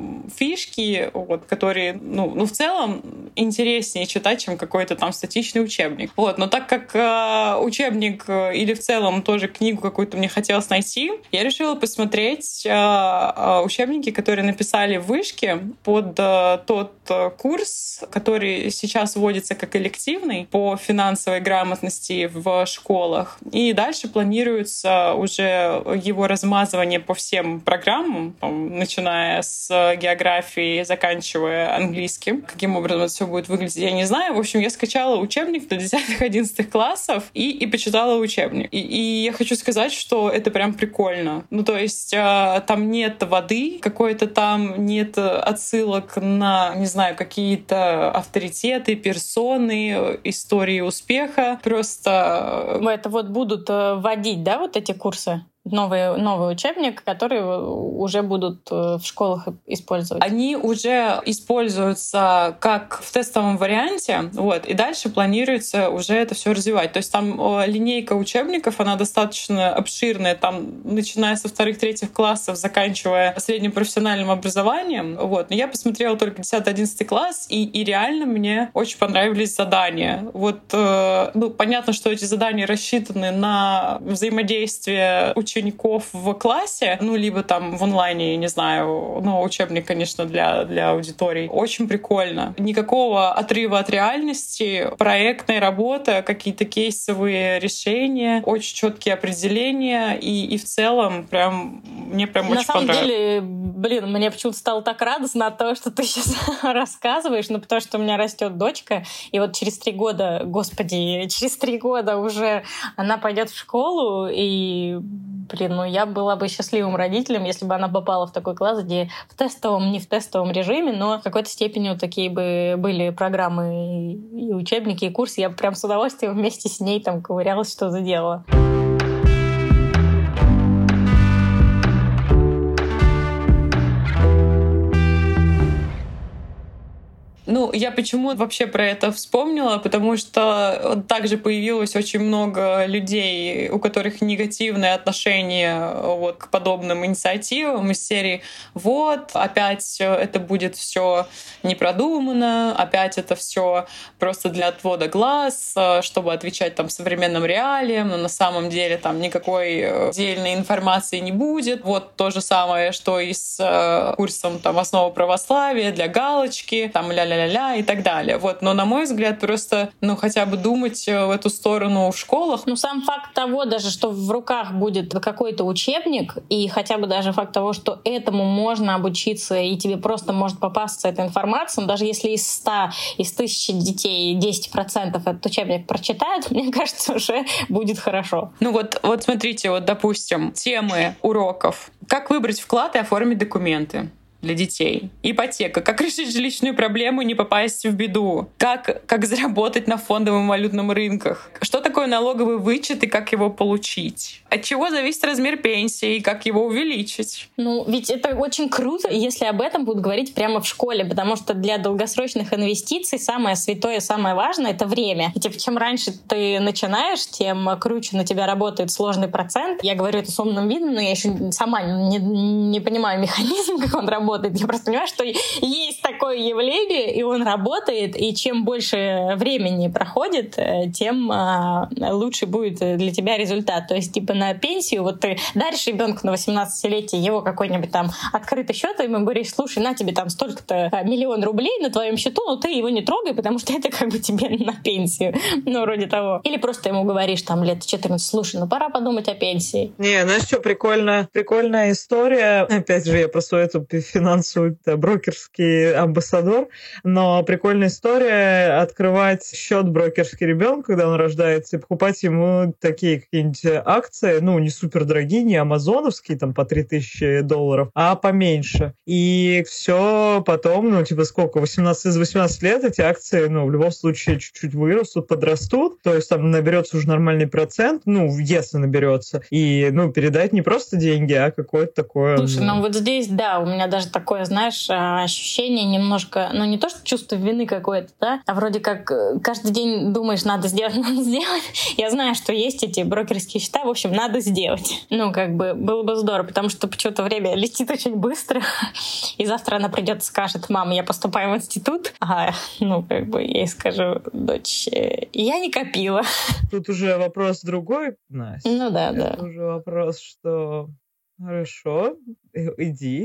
фишки, которые, в целом интереснее читать, чем какой-то там статичный учебник. Но так как учебник или в целом тоже книгу какую-то мне хотелось найти, я решила посмотреть учебники, которые написали в вышке под тот курс, который сейчас вводится как элективный по финансовой грамотности в школах. И дальше планируется уже его размазывание по всем программам, начиная с географии, заканчивая английским. Каким образом это все будет выглядеть, я не знаю. В общем, я скачала учебник для 10-11 классов и почитала учебник. И я хочу сказать, что это прям прикольно. То есть там нет воды, какой-то там нет отсылок на, не знаю, какие-то авторитеты, персоны, истории успеха. Просто... Это будут вводить, да, эти курсы? Новый учебник, который уже будут в школах использовать? Они уже используются как в тестовом варианте, и дальше планируется уже это все развивать. То есть там линейка учебников, она достаточно обширная, там начиная со 2-3 классов, заканчивая средним профессиональным образованием. Но я посмотрела только 10-11 класс, и реально мне очень понравились задания. Понятно, что эти задания рассчитаны на взаимодействие учителя учеников в классе, ну, либо там в онлайне, не знаю, но учебник, конечно, для аудиторий. Очень прикольно. Никакого отрыва от реальности, проектная работа, какие-то кейсовые решения, очень четкие определения, и в целом мне прям очень понравилось. На самом деле, мне почему-то стало так радостно от того, что ты сейчас рассказываешь, потому что у меня растет дочка, и вот через 3 года, через 3 года уже она пойдет в школу, и, я была бы счастливым родителем, если бы она попала в такой класс, где не в тестовом режиме, но в какой-то степени такие бы были программы и учебники, и курсы. Я прям с удовольствием вместе с ней там ковырялась, что-то делала. Я почему вообще про это вспомнила, потому что также появилось очень много людей, у которых негативное отношение к подобным инициативам из серии опять это будет все непродуманно, опять это все просто для отвода глаз, чтобы отвечать там современным реалиям, но на самом деле там никакой отдельной информации не будет. Вот то же самое, что и с курсом там «Основа православия» для галочки, там ля-ля-ля-ля и так далее. Но на мой взгляд, просто хотя бы думать в эту сторону в школах. Сам факт того даже, что в руках будет какой-то учебник, и хотя бы даже факт того, что этому можно обучиться, и тебе просто может попасться эта информация, даже если из 100, из 1000 детей 10% этот учебник прочитают, мне кажется, уже будет хорошо. Вот смотрите, допустим, темы уроков. Как выбрать вклад и оформить документы для детей. Ипотека. Как решить жилищную проблему и не попасть в беду? Как заработать на фондовом валютном рынках? Что такое налоговый вычет и как его получить? От чего зависит размер пенсии и как его увеличить? Ведь это очень круто, если об этом будут говорить прямо в школе, потому что для долгосрочных инвестиций самое святое, самое важное — это время. И чем раньше ты начинаешь, тем круче на тебя работает сложный процент. Я говорю это с умным видом, но я еще сама не понимаю механизм, как он работает. Я просто понимаю, что есть такое явление, и он работает, и чем больше времени проходит, тем лучше будет для тебя результат. То есть, на пенсию, ты даришь ребенку на 18-летие его какой-нибудь там открытый счет, и ему говоришь: слушай, на тебе там столько-то миллион рублей на твоем счету, но ты его не трогай, потому что это тебе на пенсию. Вроде того. Или просто ему говоришь там лет 14: слушай, пора подумать о пенсии. Не, знаешь что, прикольная история. Опять же, я про свою эту финансовый брокерский амбассадор, но прикольная история — открывать счет брокерский ребенку, когда он рождается, и покупать ему такие какие-нибудь акции, не супер дорогие, не амазоновские, там по $3000, а поменьше. И все потом, сколько, 18 лет эти акции, в любом случае чуть-чуть вырастут, подрастут, то есть там наберется уже нормальный процент, если наберется, и, передать не просто деньги, а какое-то такое... Слушай, здесь, да, у меня даже такое, знаешь, ощущение немножко, не то, что чувство вины какое-то, да, а вроде как каждый день думаешь: надо сделать. Я знаю, что есть эти брокерские счета, в общем, надо сделать. Было бы здорово, потому что почему-то время летит очень быстро, и завтра она придет и скажет: мама, я поступаю в институт. Я ей скажу: дочь, я не копила. Тут уже вопрос другой, Настя. Да. Тут уже вопрос, что... Хорошо, иди.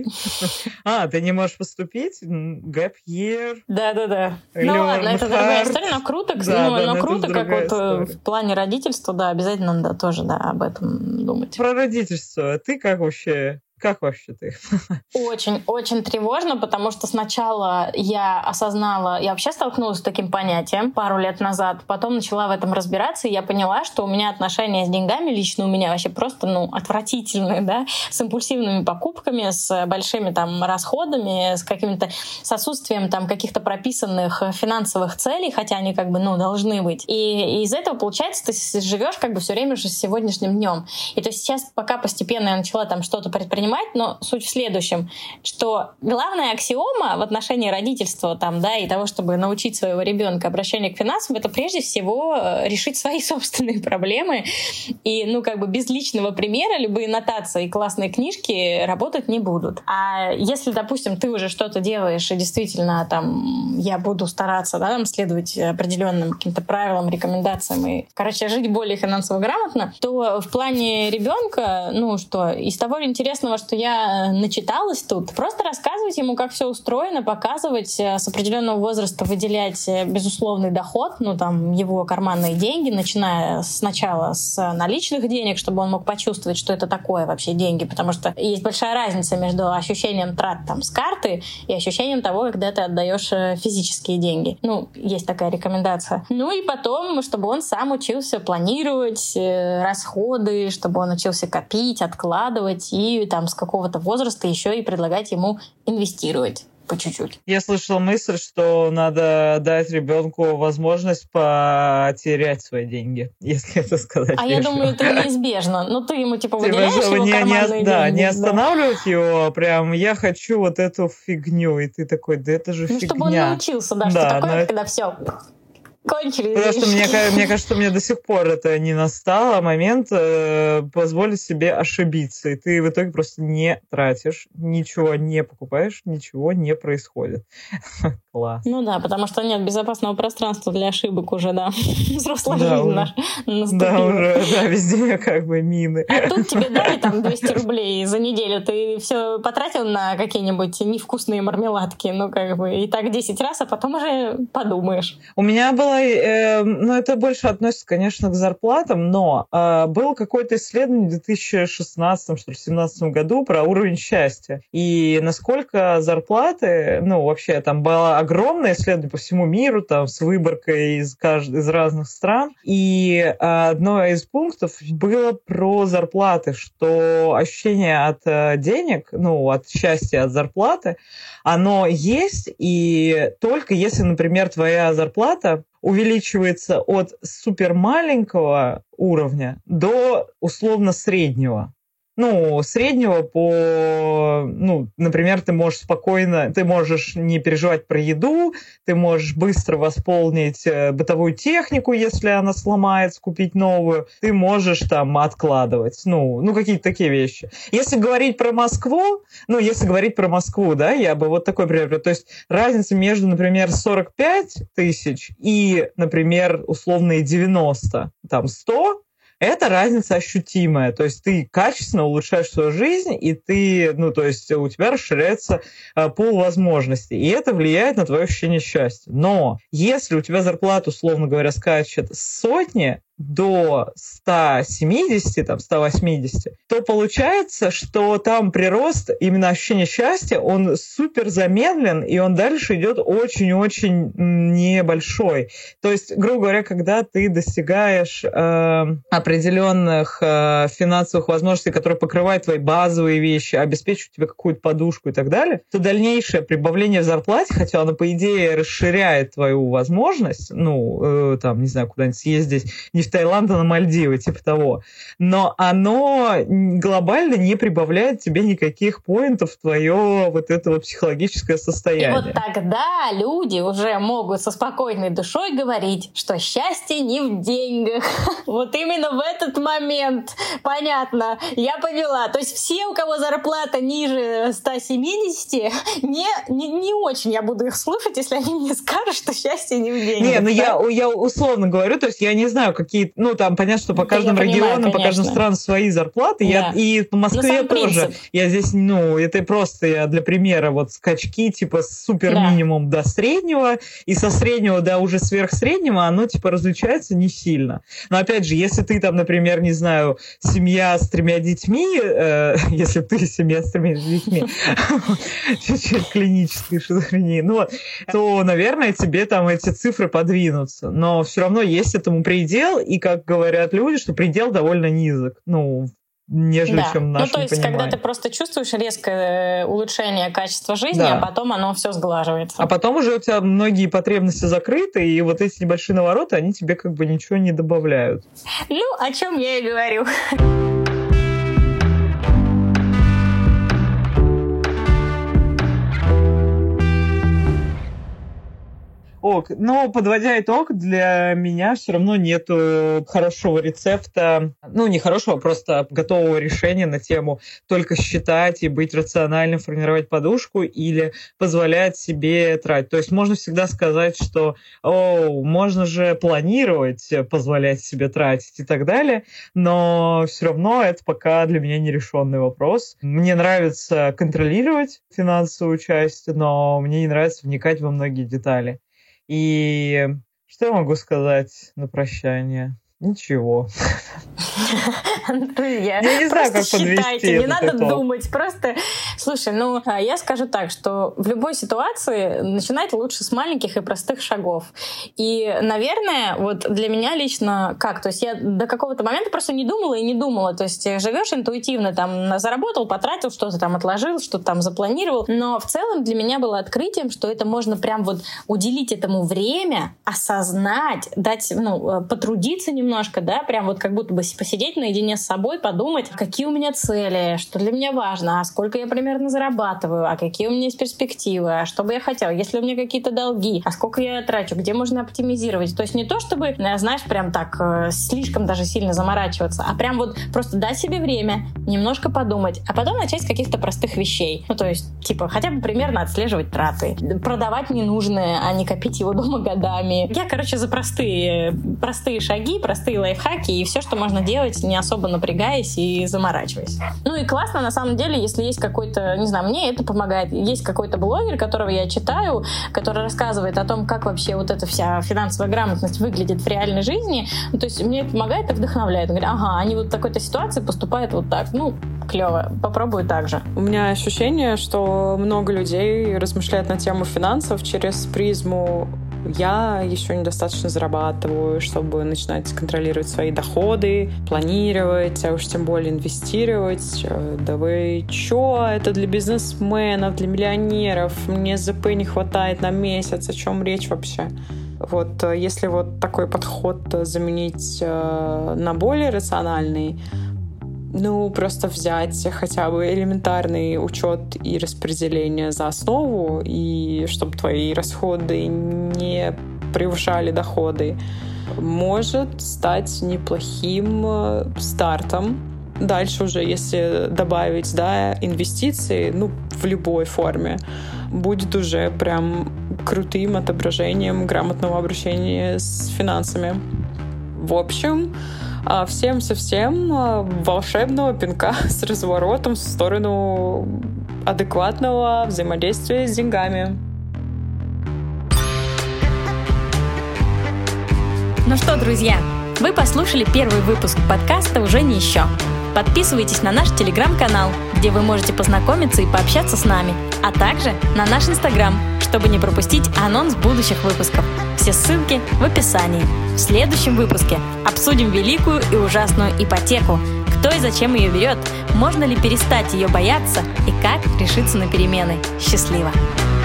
Ты не можешь поступить? Gap year. Да. Ладно, это другая история, но круто, круто, как в плане родительства, да, обязательно надо тоже, об этом думать. Про родительство. Ты как вообще? Как вообще ты? Очень, очень тревожно, потому что сначала я вообще столкнулась с таким понятием пару лет назад, потом начала в этом разбираться, и я поняла, что у меня отношения с деньгами лично у меня вообще просто, отвратительные, да, с импульсивными покупками, с большими там расходами, с отсутствием там каких-то прописанных финансовых целей, хотя они должны быть. И из этого, получается, ты живешь все время уже с сегодняшним днем. И то есть сейчас пока постепенно я начала там что-то предпринимать, но суть в следующем, что главная аксиома в отношении родительства и того, чтобы научить своего ребенка обращению к финансам, это прежде всего решить свои собственные проблемы. И, без личного примера любые нотации и классные книжки работать не будут. А если, допустим, ты уже что-то делаешь и действительно я буду стараться, да, там, следовать определенным каким-то правилам, рекомендациям и, короче, жить более финансово грамотно, то в плане ребенка, из того интересного, что я начиталась тут, просто рассказывать ему, как все устроено, показывать, с определенного возраста выделять безусловный доход, его карманные деньги, начиная сначала с наличных денег, чтобы он мог почувствовать, что это такое вообще деньги, потому что есть большая разница между ощущением трат с карты и ощущением того, когда ты отдаешь физические деньги. Есть такая рекомендация. И потом, чтобы он сам учился планировать расходы, чтобы он учился копить, откладывать и с какого-то возраста еще и предлагать ему инвестировать по чуть-чуть. Я слышала мысль, что надо дать ребенку возможность потерять свои деньги, если это сказать. Я думаю, это неизбежно. Ты ему выделяешь его карманные деньги. Не останавливать его, прям я хочу вот эту фигню, и ты такой, да это же фигня. Чтобы он научился, что такое, когда все кончили. Потому что мне кажется, у меня до сих пор это не настало момент позволить себе ошибиться. И ты в итоге просто не тратишь, ничего не покупаешь, ничего не происходит. Класс. Потому что нет безопасного пространства для ошибок уже, взрослая жизнь наша наступила. Везде мины. А тут тебе дали 200 рублей за неделю, ты все потратил на какие-нибудь невкусные мармеладки, и так 10 раз, а потом уже подумаешь. У меня было это больше относится, конечно, к зарплатам, но было какое-то исследование в 2016-2017 году про уровень счастья. И насколько зарплаты, вообще там было огромное исследование по всему миру, с выборкой из разных стран. И одно из пунктов было про зарплаты, что ощущение от денег, от счастья от зарплаты, оно есть, и только если, например, твоя зарплата увеличивается от супермаленького уровня до условно среднего. Среднего по... например, ты можешь не переживать про еду, ты можешь быстро восполнить бытовую технику, если она сломается, купить новую, ты можешь откладывать. Какие-то такие вещи. Если говорить про Москву, да, я бы вот такой пример. То есть разница между, например, 45 тысяч и, например, условные 90, 100, это разница ощутимая. То есть ты качественно улучшаешь свою жизнь, и ты, у тебя расширяется пул возможностей. И это влияет на твое ощущение счастья. Но если у тебя зарплата, условно говоря, скачет с сотни до 170, 180, то получается, что там прирост, именно ощущение счастья, он супер замедлен, и он дальше идет очень-очень небольшой. То есть, грубо говоря, когда ты достигаешь определенных финансовых возможностей, которые покрывают твои базовые вещи, обеспечивают тебе какую-то подушку и так далее, то дальнейшее прибавление в зарплате, хотя оно, по идее, расширяет твою возможность, не знаю, куда-нибудь съездить, не в Таиланд, а на Мальдивы, типа того. Но оно глобально не прибавляет тебе никаких поинтов в твое это психологическое состояние. И вот тогда люди уже могут со спокойной душой говорить, что счастье не в деньгах. Вот именно в этот момент, понятно, я поняла. То есть все, у кого зарплата ниже 170, не очень я буду их слушать, если они мне скажут, что счастье не в деньгах. Я условно говорю, то есть я не знаю, какие... понятно, что по каждому региону, по каждому страну свои зарплаты. Да. И по Москве тоже. Я здесь, это просто я для примера, скачки с супер минимум до среднего, и со среднего до уже сверхсреднего оно различается не сильно. Но опять же, если ты например, не знаю, семья с 3 детьми, если ты семья с 3 детьми, чуть-чуть клинической шизофрении, то, наверное, тебе эти цифры подвинутся. Но все равно есть этому предел, и, как говорят люди, что предел довольно низок. Нежели чем в нашем понимании. Когда ты просто чувствуешь резкое улучшение качества жизни, а потом оно все сглаживается. А потом уже у тебя многие потребности закрыты, и эти небольшие навороты, они тебе ничего не добавляют. О чем я и говорю. Ок, но подводя итог, для меня все равно нету хорошего рецепта, не хорошего, просто готового решения на тему только считать и быть рациональным, формировать подушку или позволять себе тратить. То есть можно всегда сказать, что можно же планировать, позволять себе тратить и так далее, но все равно это пока для меня нерешенный вопрос. Мне нравится контролировать финансовую часть, но мне не нравится вникать во многие детали. И что я могу сказать на прощание? Ничего. Друзья, я не знаю, как считайте, не надо итог. Думать. Просто, слушай, я скажу так, что в любой ситуации начинать лучше с маленьких и простых шагов. И, наверное, вот для меня лично как? То есть я до какого-то момента просто не думала. То есть живешь интуитивно, там, заработал, потратил, что-то там отложил, что-то там запланировал. Но в целом для меня было открытием, что это можно прям вот уделить этому время, осознать, дать, потрудиться немножко, да, прям вот как будто бы посидеть наедине с собой, подумать, какие у меня цели, что для меня важно, а сколько я примерно зарабатываю, а какие у меня есть перспективы, а что бы я хотела, есть ли у меня какие-то долги, а сколько я трачу, где можно оптимизировать. То есть не то, чтобы, знаешь, прям так слишком даже сильно заморачиваться, а прям вот просто дать себе время, немножко подумать, а потом начать с каких-то простых вещей. То есть, типа, хотя бы примерно отслеживать траты, продавать ненужное, а не копить его дома годами. Я, за простые шаги, простые лайфхаки и все, что можно делать, не особо напрягаясь и заморачиваясь. И классно, на самом деле, если есть какой-то, не знаю, мне это помогает. Есть какой-то блогер, которого я читаю, который рассказывает о том, как вообще вот эта вся финансовая грамотность выглядит в реальной жизни. То есть мне это помогает и вдохновляет. Он говорит, они вот в такой-то ситуации поступают вот так. Клево, попробую так же. У меня ощущение, что много людей размышляют на тему финансов через призму «я еще недостаточно зарабатываю, чтобы начинать контролировать свои доходы, планировать, а уж тем более инвестировать. Да вы чё? Это для бизнесменов, для миллионеров. Мне ЗП не хватает на месяц. О чем речь вообще?» Вот если вот такой подход заменить на более рациональный, просто взять хотя бы элементарный учет и распределение за основу, и чтобы твои расходы не превышали доходы, может стать неплохим стартом. Дальше уже, если добавить, инвестиции, в любой форме, будет уже прям крутым отображением грамотного обращения с финансами. В общем, всем совсем волшебного пинка с разворотом в сторону адекватного взаимодействия с деньгами. Ну что, друзья, вы послушали первый выпуск подкаста «Уже не еще». Подписывайтесь на наш телеграм-канал, где вы можете познакомиться и пообщаться с нами, а также на наш инстаграм, чтобы не пропустить анонс будущих выпусков. Все ссылки в описании. В следующем выпуске обсудим великую и ужасную ипотеку. Кто и зачем ее берет, можно ли перестать ее бояться и как решиться на перемены. Счастливо!